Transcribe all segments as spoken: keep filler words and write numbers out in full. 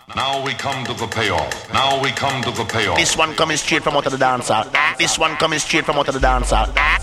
Now we come to the payoff. Now we come to the payoff. This one coming straight from out of the dancer. This one coming straight from out of the dancer.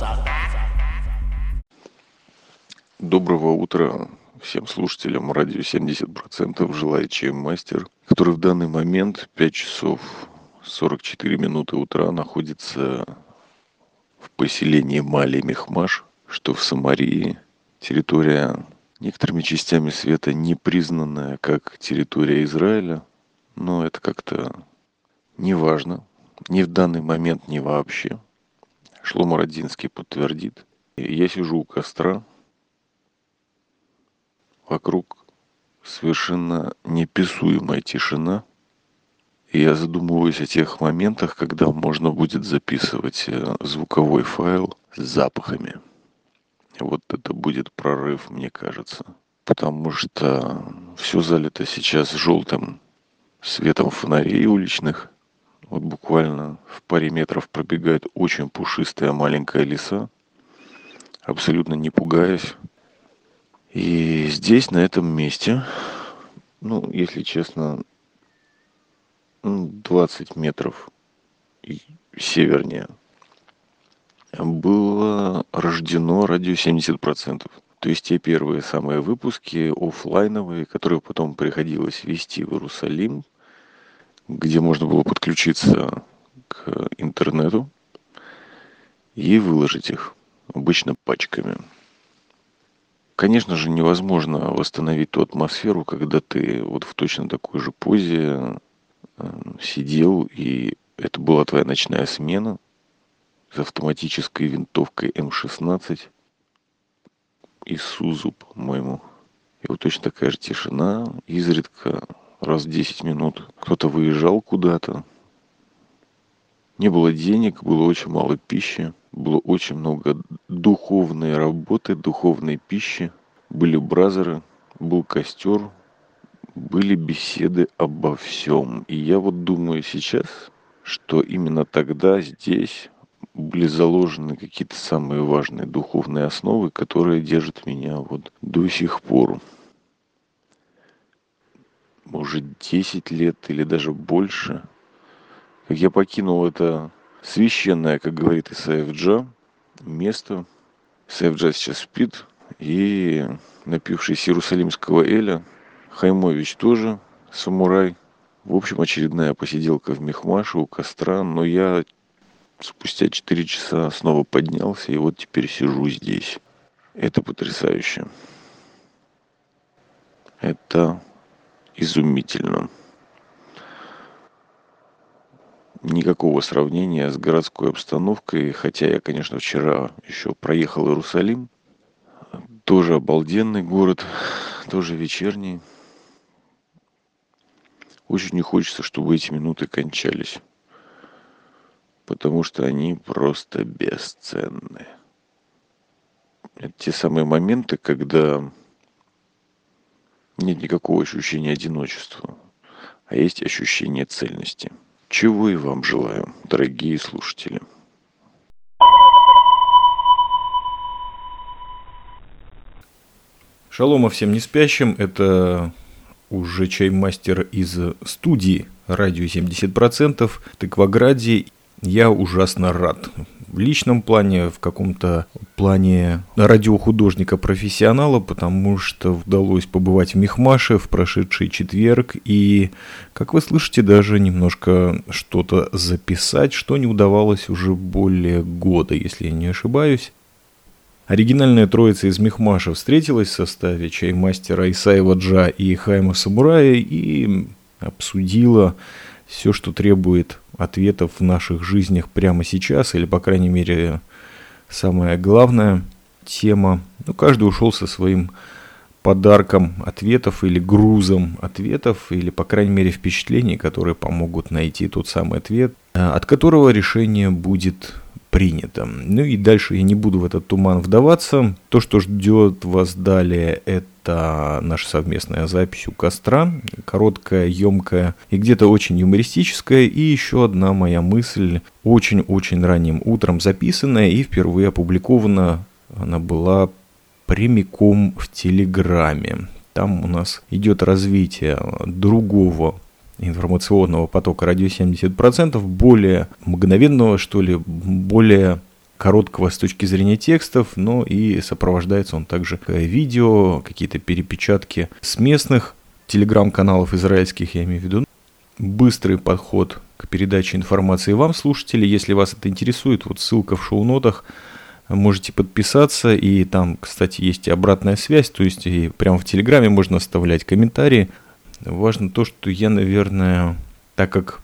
Доброго утра всем слушателям радио семьдесят процентов, желает Чаймастер, который в данный момент пять часов сорок четыре минуты утра находится в поселении Мали-Мехмаш, что в Самарии, территория некоторыми частями света не признанная как территория Израиля, но это как-то не важно, ни в данный момент, ни вообще. Шломо Родзинский подтвердит. Я сижу у костра, вокруг совершенно неописуемая тишина, и я задумываюсь о тех моментах, когда можно будет записывать звуковой файл с запахами. Вот это будет прорыв, мне кажется. Потому что все залито сейчас желтым светом фонарей уличных. Вот буквально в паре метров пробегает очень пушистая маленькая лиса, абсолютно не пугаясь. И здесь, на этом месте, ну, если честно, двадцать метров севернее, было рождено радио семьдесят процентов. То есть те первые самые выпуски офлайновые, которые потом приходилось вести в Иерусалим, где можно было подключиться к интернету и выложить их, обычно пачками. Конечно же, невозможно восстановить ту атмосферу, когда ты вот в точно такой же позе сидел, и это была твоя ночная смена с автоматической винтовкой эм шестнадцать Исузу, по-моему. И вот точно такая же тишина, изредка раз в десять минут кто-то выезжал куда-то. Не было денег, было очень мало пищи, было очень много духовной работы, духовной пищи. Были бразеры, был костер, были беседы обо всем. И я вот думаю сейчас, что именно тогда здесь были заложены какие-то самые важные духовные основы, которые держат меня вот до сих пор. Может, десять лет или даже больше, как я покинул это священное, как говорит Исаев Джа, место. Исаев Джа сейчас спит, и напившись иерусалимского эля, Хаймович тоже, самурай. В общем, очередная посиделка в Мехмаше у костра, но я спустя четыре часа снова поднялся, и вот теперь сижу здесь. Это потрясающе. Это изумительно. Никакого сравнения с городской обстановкой, хотя я, конечно, вчера еще проехал Иерусалим. Тоже обалденный город, тоже вечерний. Очень не хочется, чтобы эти минуты кончались, потому что они просто бесценны. Это те самые моменты, когда нет никакого ощущения одиночества, а есть ощущение цельности. Чего и вам желаю, дорогие слушатели. Шалома всем не спящим, это уже Чаймастер из студии радио семьдесят процентов в Тыкваграде. Я ужасно рад. В личном плане, в каком-то плане радиохудожника-профессионала, потому что удалось побывать в Мехмаше в прошедший четверг и, как вы слышите, даже немножко что-то записать, что не удавалось уже более года, если я не ошибаюсь. Оригинальная троица из Мехмаша встретилась в составе Чаймастера Исаева Джа и Хайма Самурая и обсудила все, что требует ответов в наших жизнях прямо сейчас, или, по крайней мере, самая главная тема. Ну, каждый ушел со своим подарком ответов или грузом ответов, или, по крайней мере, впечатлений, которые помогут найти тот самый ответ, от которого решение будет принято. Ну и дальше я не буду в этот туман вдаваться. То, что ждет вас далее, это наша совместная запись у костра. Короткая, емкая и где-то очень юмористическая. И еще одна моя мысль, очень-очень ранним утром записанная и впервые опубликована. Она была прямиком в Телеграме. Там у нас идет развитие другого информационного потока радио семьдесят процентов, более мгновенного, что ли, более короткого с точки зрения текстов, но и сопровождается он также видео, какие-то перепечатки с местных телеграм-каналов израильских, я имею в виду. Быстрый подход к передаче информации вам, слушатели. Если вас это интересует, вот ссылка в шоу-нотах, можете подписаться, и там, кстати, есть и обратная связь, то есть и прямо в Телеграме можно оставлять комментарии. Важно то, что я, наверное, так как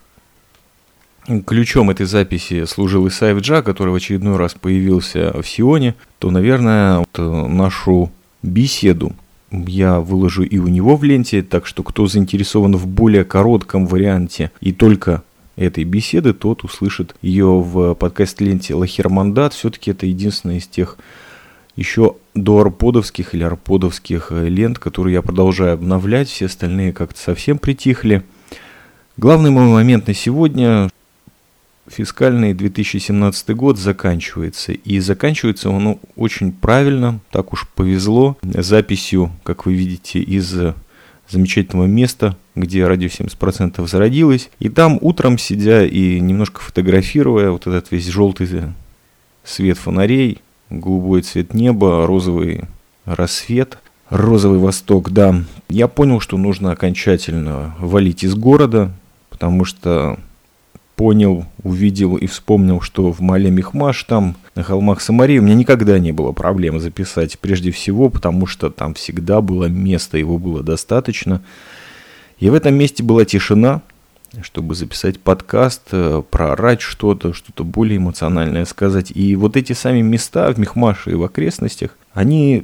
ключом этой записи служил Исаев Джа, который в очередной раз появился в Сионе, то, наверное, вот нашу беседу я выложу и у него в ленте, так что кто заинтересован в более коротком варианте и только этой беседы, тот услышит ее в подкаст-ленте Лахермандат. Все-таки это единственная из тех еще доарподовских или арподовских лент, которые я продолжаю обновлять, все остальные как-то совсем притихли. Главный мой момент на сегодня: фискальный две тысячи семнадцатый год заканчивается, и заканчивается он очень правильно, так уж повезло, записью, как вы видите, из замечательного места, где радио семьдесят процентов зародилось, и там утром, сидя и немножко фотографируя вот этот весь желтый свет фонарей, голубой цвет неба, розовый рассвет, розовый восток, да, я понял, что нужно окончательно валить из города, потому что понял, увидел и вспомнил, что в Маале Михмаш, там, на холмах Самарии, у меня никогда не было проблем записать, прежде всего, потому что там всегда было место, его было достаточно. И в этом месте была тишина, чтобы записать подкаст, проорать что-то, что-то более эмоциональное сказать. И вот эти сами места в Михмаше и в окрестностях, они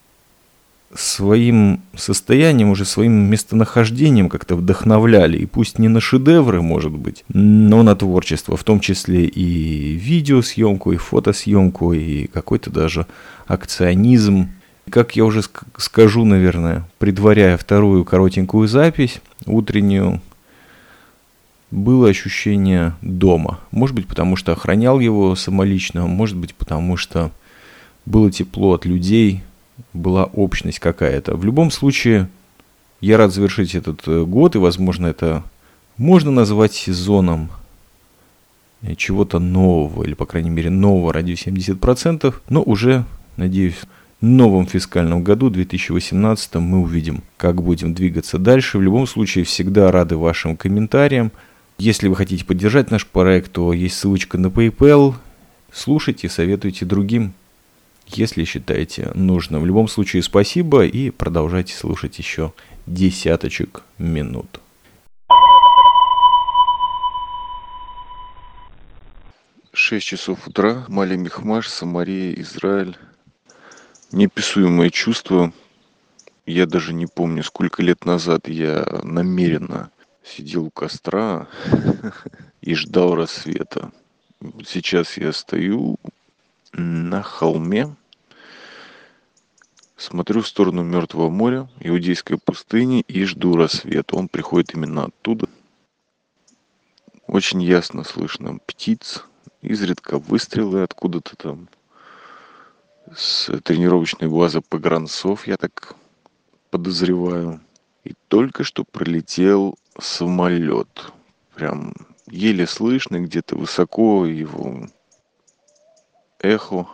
своим состоянием, уже своим местонахождением как-то вдохновляли. И пусть не на шедевры, может быть, но на творчество, в том числе и видеосъемку, и фотосъемку, и какой-то даже акционизм. Как я уже скажу, наверное, предваряя вторую коротенькую запись, утреннюю, было ощущение дома. Может быть, потому что охранял его самолично, может быть, потому что было тепло от людей, была общность какая-то. В любом случае, я рад завершить этот год, и, возможно, это можно назвать сезоном чего-то нового, или, по крайней мере, нового радио семьдесят процентов, но уже, надеюсь, в новом фискальном году, две тысячи восемнадцатом, мы увидим, как будем двигаться дальше. В любом случае, всегда рады вашим комментариям. Если вы хотите поддержать наш проект, то есть ссылочка на PayPal. Слушайте, советуйте другим, если считаете нужно. В любом случае, спасибо, и продолжайте слушать еще десяточек минут. шесть часов утра, Маале Михмаш, Самария, Израиль. Неописуемое чувство. Я даже не помню, сколько лет назад я намеренно сидел у костра и ждал рассвета. Сейчас я стою на холме, смотрю в сторону Мертвого моря, Иудейской пустыни, и жду рассвета. Он приходит именно оттуда. Очень ясно слышно птиц, изредка выстрелы откуда-то там с тренировочной базы погранцов, я так подозреваю. И только что пролетел самолет. Прям еле слышно, где-то высоко его эхо,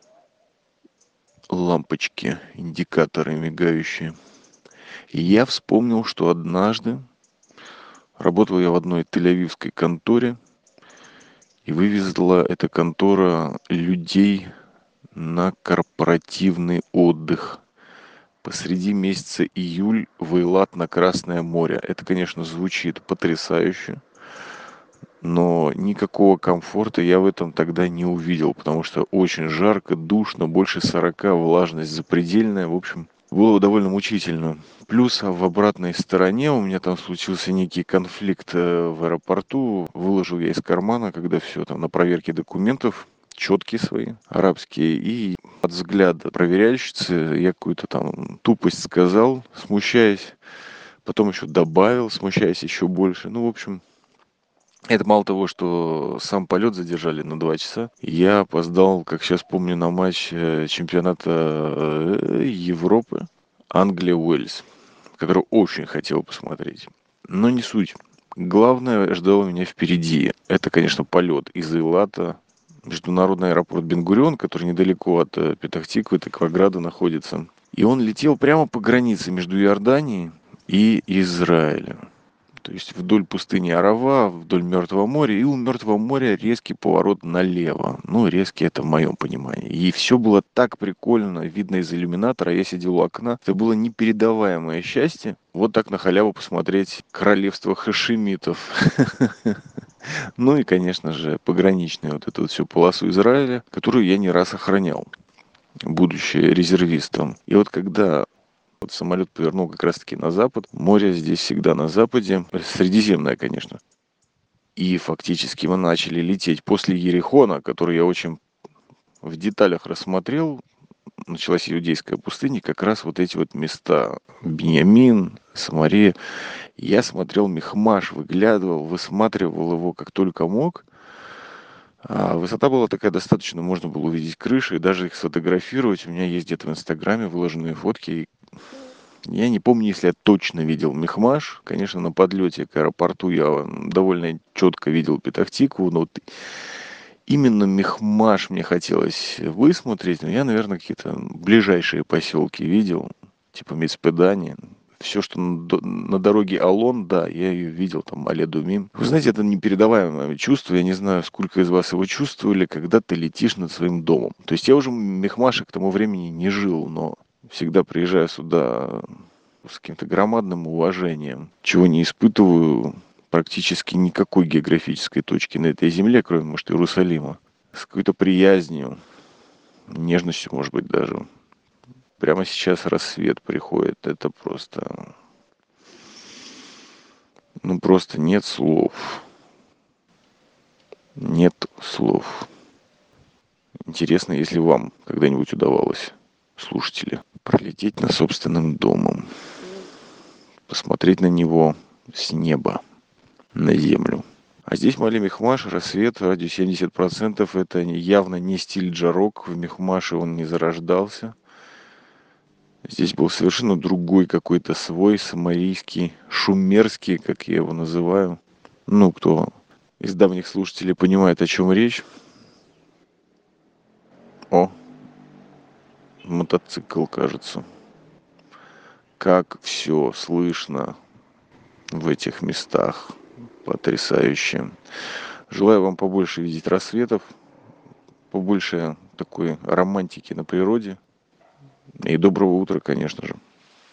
лампочки, индикаторы мигающие. И я вспомнил, что однажды работал я в одной тель-авивской конторе, и вывезла эта контора людей на корпоративный отдых посреди месяца июль в Эйлат на Красное море. Это, конечно, звучит потрясающе, но никакого комфорта я в этом тогда не увидел, потому что очень жарко, душно, больше сорока, влажность запредельная. В общем, было довольно мучительно. Плюс в обратной стороне у меня там случился некий конфликт в аэропорту. Выложил я из кармана, когда все там на проверке документов, четки свои, арабские, и от взгляда проверяльщицы я какую-то там тупость сказал, смущаясь, потом еще добавил, смущаясь еще больше. Ну, в общем, это мало того, что сам полет задержали на два часа. Я опоздал, как сейчас помню, на матч чемпионата Европы Англия-Уэльс, который очень хотел посмотреть. Но не суть. Главное ждало меня впереди. Это, конечно, полет из Эйлата. Международный аэропорт Бен-Гурион, который недалеко от Петах-Тиквы, Тыкваграда находится. И он летел прямо по границе между Иорданией и Израилем. То есть вдоль пустыни Арава, вдоль Мертвого моря. И у Мертвого моря резкий поворот налево. Ну, резкий это в моем понимании. И все было так прикольно, видно из иллюминатора. Я сидел у окна. Это было непередаваемое счастье. Вот так на халяву посмотреть королевство хашемитов. Ну и, конечно же, пограничную вот эту вот всю полосу Израиля, которую я не раз охранял, будучи резервистом. И вот когда вот самолет повернул как раз-таки на запад, море здесь всегда на западе, Средиземное, конечно. И фактически мы начали лететь после Ерихона, который я очень в деталях рассмотрел. Началась Иудейская пустыня, как раз вот эти вот места. Беньямин, Самария. Я смотрел Михмаш, выглядывал, высматривал его как только мог. А высота была такая достаточно, можно было увидеть крыши и даже их сфотографировать. У меня есть где-то в Инстаграме выложенные фотки. Я не помню, если я точно видел Михмаш. Конечно, на подлете к аэропорту я довольно четко видел Петах-Тикву, но вот именно Михмаш мне хотелось высмотреть. Но я, наверное, какие-то ближайшие поселки видел, типа Мицпедани. Все, что на дороге Алон, да, я ее видел, там, Але-Думим. Вы знаете, это непередаваемое чувство. Я не знаю, сколько из вас его чувствовали, когда ты летишь над своим домом. То есть я уже в Михмаше к тому времени не жил, но всегда приезжаю сюда с каким-то громадным уважением, чего не испытываю практически никакой географической точки на этой земле, кроме, может, Иерусалима. С какой-то приязнью, нежностью, может быть, даже. Прямо сейчас рассвет приходит. Это просто... Ну, просто нет слов. Нет слов. Интересно, если вам когда-нибудь удавалось, слушатели, пролететь над собственным домом, посмотреть на него с неба на землю. А здесь Маале Михмаш, рассвет, радио семьдесят процентов. Это явно не стиль джарок. В Михмаше он не зарождался. Здесь был совершенно другой какой-то свой, самарийский, шумерский, как я его называю. Ну, кто из давних слушателей понимает, о чем речь. О, мотоцикл, кажется. Как все слышно в этих местах. Потрясающе. Желаю вам побольше видеть рассветов, побольше такой романтики на природе. И доброго утра, конечно же.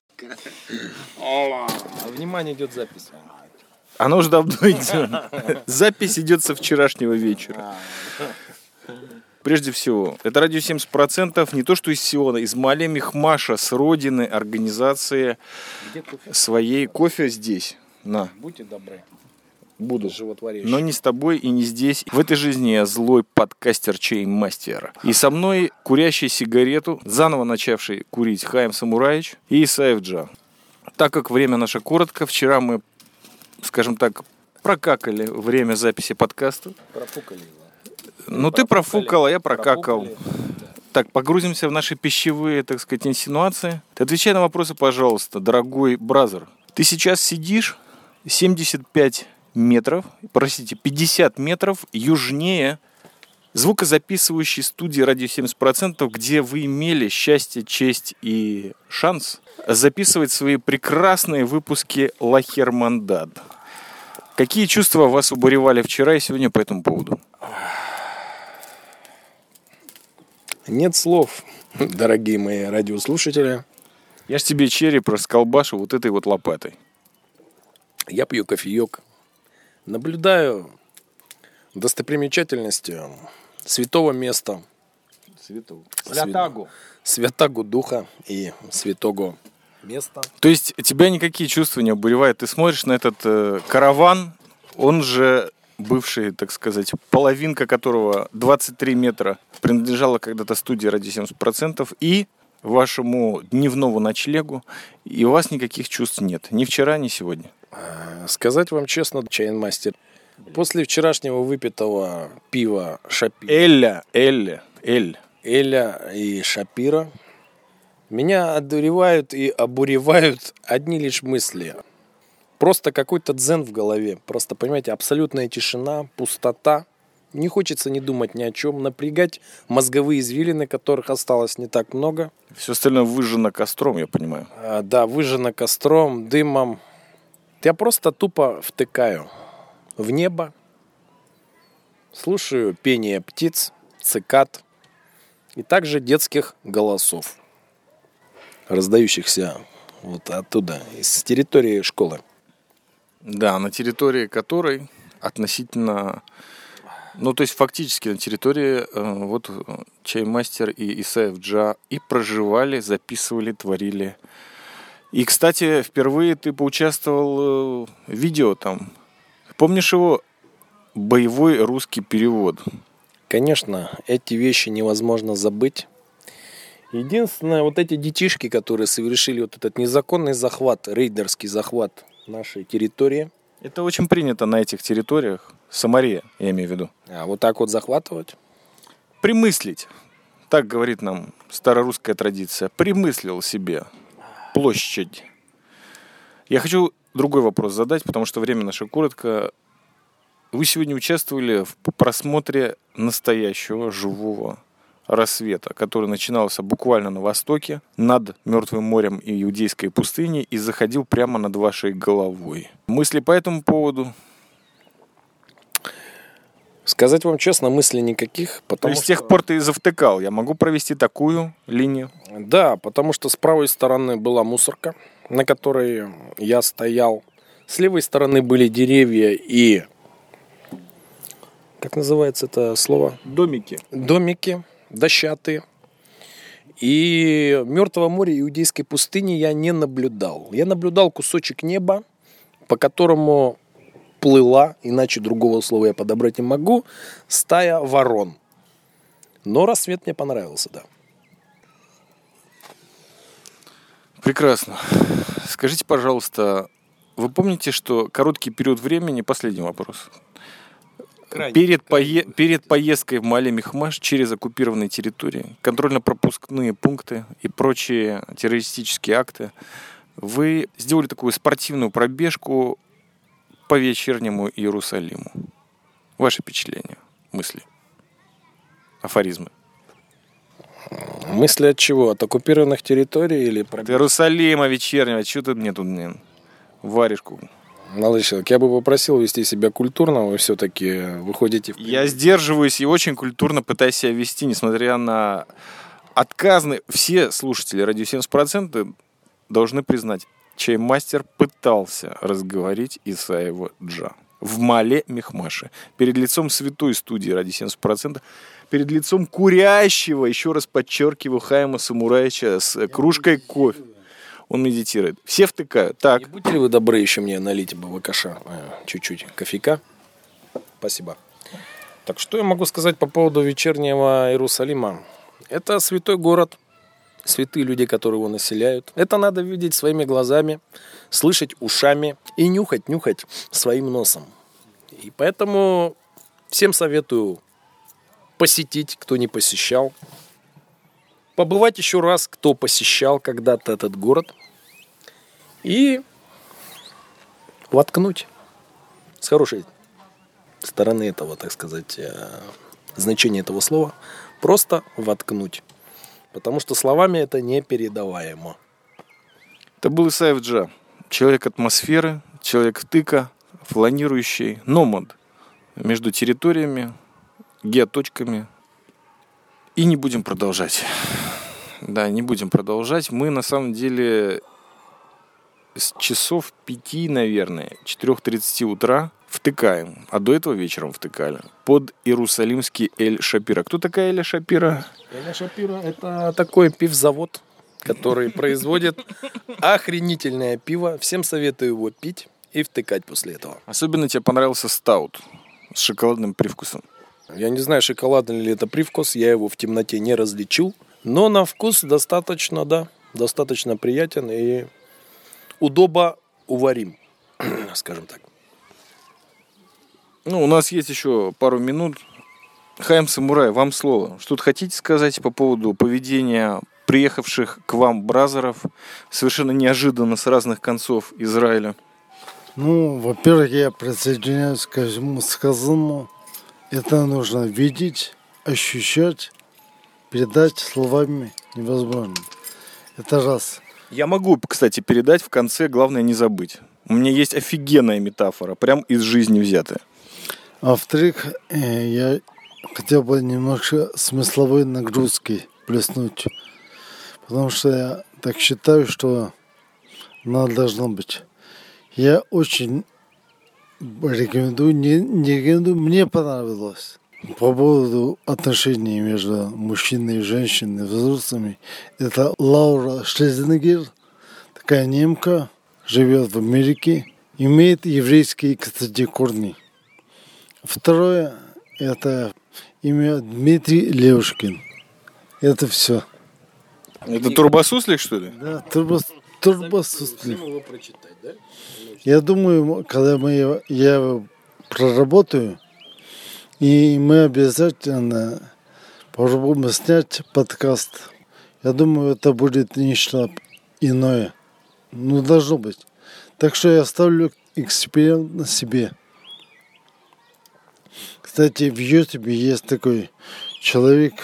Внимание, идет запись. Оно уже давно идет. Запись идет со вчерашнего вечера. Прежде всего, это радио семьдесят процентов, не то что из Сиона, из Маале Михмаша, с родины организации своей. Кофе здесь. На. Будьте добры. Буду. Но не с тобой и не здесь. В этой жизни я злой подкастер Чейммастер. И со мной курящий сигарету, заново начавший курить Хаим Самураевич и Исаев Джа. Так как время наше коротко, вчера мы, скажем так, прокакали время записи подкаста. Профукали его. Ну ты профукал, а я прокакал. Так, погрузимся в наши пищевые, так сказать, инсинуации. Ты отвечай на вопросы, пожалуйста, дорогой бразер. Ты сейчас сидишь семьдесят пять метров, простите, пятьдесят метров южнее звукозаписывающей студии радио семьдесят процентов, где вы имели счастье, честь и шанс записывать свои прекрасные выпуски Лахермандад. Какие чувства вас убуревали вчера и сегодня по этому поводу? Нет слов, дорогие мои радиослушатели. Я ж тебе череп расколбашу вот этой вот лопатой. Я пью кофеек. Наблюдаю достопримечательности святого места. Святого. Святагу. Святагу духа и святого места. То есть тебя никакие чувства не обуревают? Ты смотришь на этот э, караван, он же бывший, так сказать, половинка которого двадцать три метра принадлежала когда-то студии радио семьдесят процентов и вашему дневному ночлегу, и у вас никаких чувств нет. Ни вчера, ни сегодня. Сказать вам честно, Чейммастер, после вчерашнего выпитого пива Шапира, Эля, Эля, Эль. Эля и Шапира, меня одуревают и обуревают одни лишь мысли. Просто какой-то дзен в голове. Просто, понимаете, абсолютная тишина, пустота. Не хочется не думать ни о чем, напрягать мозговые извилины, которых осталось не так много. Все остальное выжжено костром, я понимаю. А, да, выжжено костром, дымом. Я просто тупо втыкаю в небо, слушаю пение птиц, цикад и также детских голосов, раздающихся вот оттуда, из территории школы. Да, на территории которой относительно... Ну, то есть, фактически на территории э, вот Чаймастер и Исаев Джа и проживали, записывали, творили. И, кстати, впервые ты поучаствовал э, в видео там. Помнишь его боевой русский перевод? Конечно, эти вещи невозможно забыть. Единственное, вот эти детишки, которые совершили вот этот незаконный захват, рейдерский захват нашей территории. Это очень принято на этих территориях. Самария, я имею в виду. А вот так вот захватывать? Примыслить. Так говорит нам старорусская традиция. Примыслил себе площадь. Я хочу другой вопрос задать, потому что время наше коротко. Вы сегодня участвовали в просмотре настоящего живого рассвета, который начинался буквально на востоке, над Мертвым морем и Иудейской пустыней, и заходил прямо над вашей головой. Мысли по этому поводу? Сказать вам честно, мыслей никаких. Потому То есть что... с тех пор ты и завтыкал. Я могу провести такую линию? Да, потому что с правой стороны была мусорка, на которой я стоял. С левой стороны были деревья и... Как называется это слово? Домики. Домики дощатые. И Мертвого моря и Иудейской пустыни я не наблюдал. Я наблюдал кусочек неба, по которому плыла, иначе другого слова я подобрать не могу, стая ворон. Но рассвет мне понравился, да. Прекрасно. Скажите, пожалуйста, вы помните, что короткий период времени, последний вопрос, Крайне, перед, крайне пое... перед поездкой в Маале-Михмаш через оккупированные территории, контрольно-пропускные пункты и прочие террористические акты, вы сделали такую спортивную пробежку по вечернему Иерусалиму. Ваши впечатления, мысли, афоризмы? Мысли от чего? От оккупированных территорий или... От Иерусалима вечернего. Что ты мне тут мне варежку? Молодой человек, я бы попросил вести себя культурно. Вы все-таки выходите... В... Я сдерживаюсь и очень культурно пытаюсь себя вести, несмотря на отказные... Все слушатели радио семьдесят процентов должны признать, Чаймастер пытался разговорить Исаева Джа в Маале-Михмаше. Перед лицом святой студии радио семьдесят процентов, перед лицом курящего, еще раз подчеркиваю, Хаима Самураевича с кружкой кофе. Он медитирует. Все втыкают. Так. Не будьте ли вы добры еще мне налить бы ВКШ чуть-чуть кофейка? Спасибо. Так что я могу сказать по поводу вечернего Иерусалима? Это святой город. Святые люди, которые его населяют. Это надо видеть своими глазами, слышать ушами и нюхать, нюхать своим носом. И поэтому всем советую посетить, кто не посещал. Побывать еще раз, кто посещал когда-то этот город. И воткнуть с хорошей стороны этого, так сказать, значения этого слова. Просто воткнуть. Потому что словами это непередаваемо. Это был Исаев Джа. Человек атмосферы, человек втыка, фланирующий, номад между территориями, геоточками. И не будем продолжать. Да, не будем продолжать. Мы на самом деле с часов пяти, наверное, четырех тридцати утра втыкаем. А до этого вечером втыкали. Под иерусалимский Эль-Шапира. Кто такая Эля Шапира? Эля Шапира — это такой пивзавод, который производит охренительное пиво. Всем советую его пить и втыкать после этого. Особенно тебе понравился стаут с шоколадным привкусом. Я не знаю, шоколадный ли это привкус, я его в темноте не различил. Но на вкус достаточно, да, достаточно приятен и удобо уварим, скажем так. Ну, у нас есть еще пару минут. Хаим Самурай, вам слово. Что-то хотите сказать по поводу поведения приехавших к вам бразеров совершенно неожиданно с разных концов Израиля? Ну, во-первых, я присоединяюсь к всему сказанному. Это нужно видеть, ощущать, передать словами невозможно. Это раз. Я могу, кстати, передать в конце, главное не забыть. У меня есть офигенная метафора, прям из жизни взятая. А во-вторых, я хотел бы немножко смысловой нагрузки плеснуть. Потому что я так считаю, что она должна быть. Я очень рекомендую, не, не рекомендую, мне понравилось. По поводу отношений между мужчиной и женщиной, взрослыми. Это Лаура Шлезингер, такая немка, живет в Америке, имеет еврейские, кстати, корни. Второе, это имя Дмитрий Левушкин. Это все. Это турбосуслик, что ли? Да, турбос, турбосуслик. Я думаю, когда мы, я его проработаю, и мы обязательно попробуем снять подкаст. Я думаю, это будет нечто иное. Ну, должно быть. Так что я ставлю эксперимент на себе. Кстати, в Ютубе есть такой человек,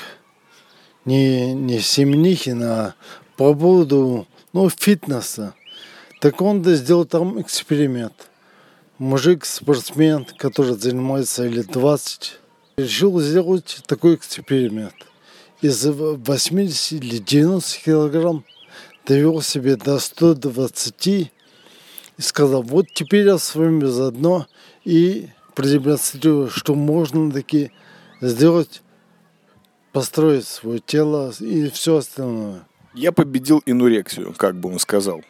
не, не Семенихин, а по поводу ну, фитнеса. Так он сделал там эксперимент. Мужик, спортсмен, который занимается лет двадцать, решил сделать такой эксперимент. Из восьмидесяти или девяноста килограмм довел себе до ста двадцати и сказал, вот теперь я с вами заодно и продемонстрирую, что можно таки сделать, построить свое тело и все остальное. Я победил инурексию, как бы он сказал.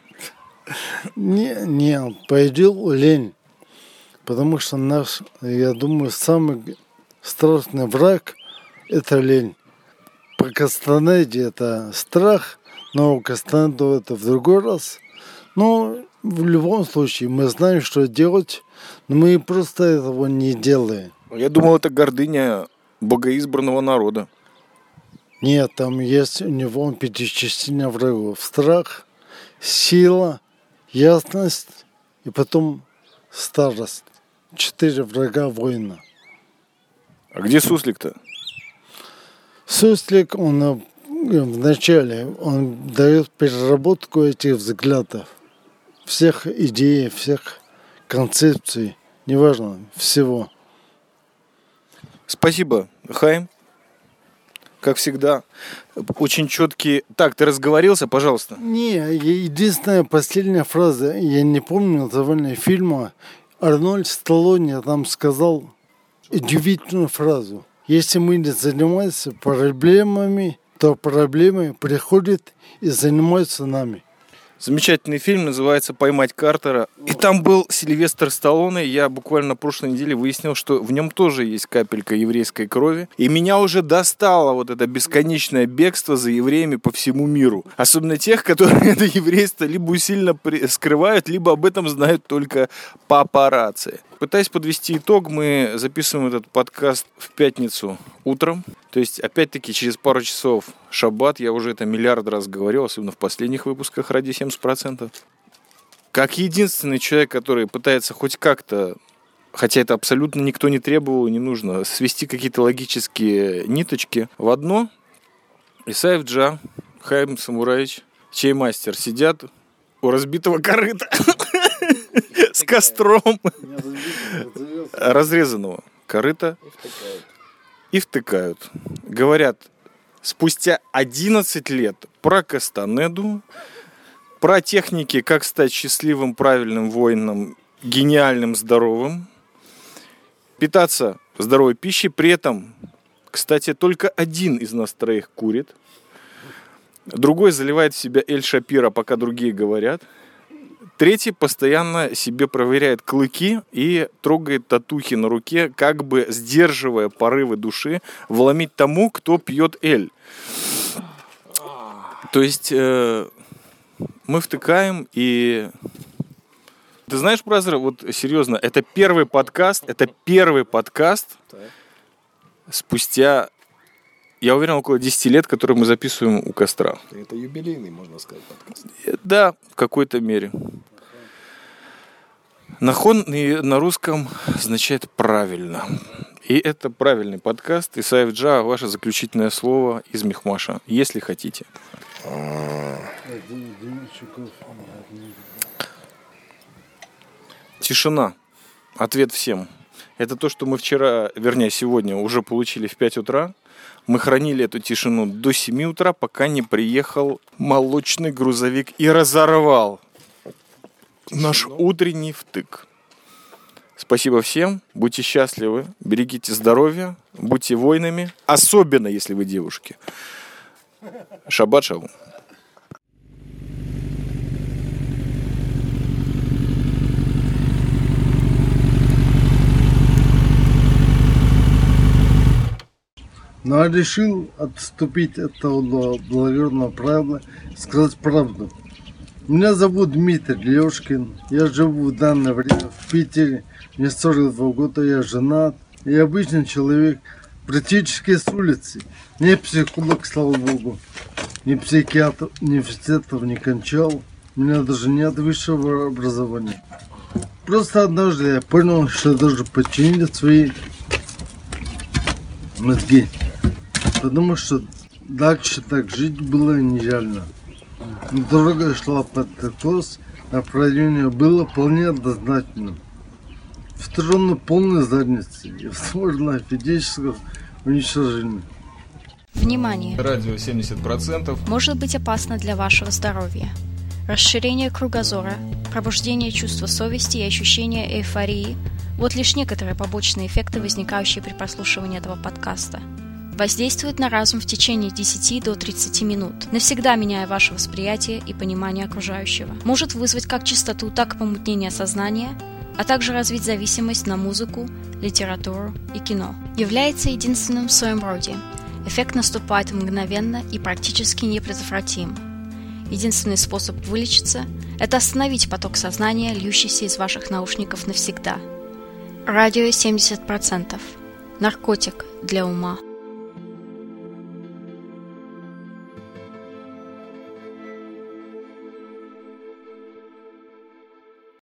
Не, не, победил лень. Потому что наш, я думаю, самый страшный враг – это лень. По Кастанеде это страх, но у Кастанеду это в другой раз. Но в любом случае мы знаем, что делать, но мы просто этого не делаем. Я думал, это гордыня богоизбранного народа. Нет, там есть у него перечисление врагов. Страх, сила, ясность и потом старость. Четыре врага воина. А где суслик-то? Суслик, он вначале, он дает переработку этих взглядов. Всех идей, всех концепций, неважно, всего. Спасибо, Хайм. Как всегда, очень четкий. Так, ты разговорился, пожалуйста. Не, единственная последняя фраза, я не помню название фильма, Арнольд Сталлоне там сказал удивительную фразу. Если мы не занимаемся проблемами, то проблемы приходят и занимаются нами. Замечательный фильм, называется «Поймать Картера». И там был Сильвестр Сталлоне. Я буквально на прошлой неделе выяснил, что в нем тоже есть капелька еврейской крови. И меня уже достало вот это бесконечное бегство за евреями по всему миру. Особенно тех, которые это еврейство либо сильно скрывают, либо об этом знают только папарацци. Пытаясь подвести итог, мы записываем этот подкаст в пятницу утром. То есть, опять-таки, через пару часов шаббат. Я уже это миллиард раз говорил, особенно в последних выпусках «Радио семьдесят процентов». Как единственный человек, который пытается хоть как-то, хотя это абсолютно никто не требовал и не нужно, свести какие-то логические ниточки в одно, Исаев Джа, Хайм Самураевич, чаймастер сидят у разбитого корыта с костром разрезанного корыта и втыкают. Говорят, спустя одиннадцать лет про Кастанеду, про техники, как стать счастливым, правильным воином, гениальным, здоровым, питаться здоровой пищей, при этом, кстати, только один из нас троих курит, другой заливает в себя Эль Шапира, пока другие говорят, третий постоянно себе проверяет клыки и трогает татухи на руке, как бы сдерживая порывы души вломить тому, кто пьет Эль. То есть э, мы втыкаем и... Ты знаешь, Бразер, вот серьезно, это первый подкаст, это первый подкаст спустя, я уверен, около десяти лет, который мы записываем у костра. Это юбилейный, можно сказать, подкаст. Да, в какой-то мере. Нахон на русском означает «правильно». И это правильный подкаст. Исаев Джа, ваше заключительное слово из Мехмаша, если хотите. Тишина. Ответ всем. Это то, что мы вчера, вернее, сегодня уже получили в пять утра. Мы хранили эту тишину до семи утра, пока не приехал молочный грузовик и разорвал наш утренний втык. Спасибо всем. Будьте счастливы. Берегите здоровье. Будьте воинами. Особенно, если вы девушки. Шаббат шалом. Но я решил отступить от этого благородного правила, сказать правду. Меня зовут Дмитрий Лёшкин. Я живу в данное время в Питере. Мне сорок два года, я женат. Я обычный человек, практически с улицы. Не психолог, слава богу. Ни психиатр, университетов не кончал. У меня даже нет высшего образования. Просто однажды я понял, что я должен починить свои мозги. Потому что дальше так жить было нереально. Дорога шла под откос, направление было вполне однозначным. В сторону полной задницы и, возможно, физического уничтожения. Внимание! Радио семьдесят процентов может быть опасно для вашего здоровья. Расширение кругозора, пробуждение чувства совести и ощущение эйфории – вот лишь некоторые побочные эффекты, возникающие при прослушивании этого подкаста. Воздействует на разум в течение десяти до тридцати минут, навсегда меняя ваше восприятие и понимание окружающего. Может вызвать как чистоту, так и помутнение сознания, а также развить зависимость на музыку, литературу и кино. Является единственным в своем роде. Эффект наступает мгновенно и практически непредотвратим. Единственный способ вылечиться – это остановить поток сознания, льющийся из ваших наушников навсегда. Радио семьдесят процентов. Наркотик для ума.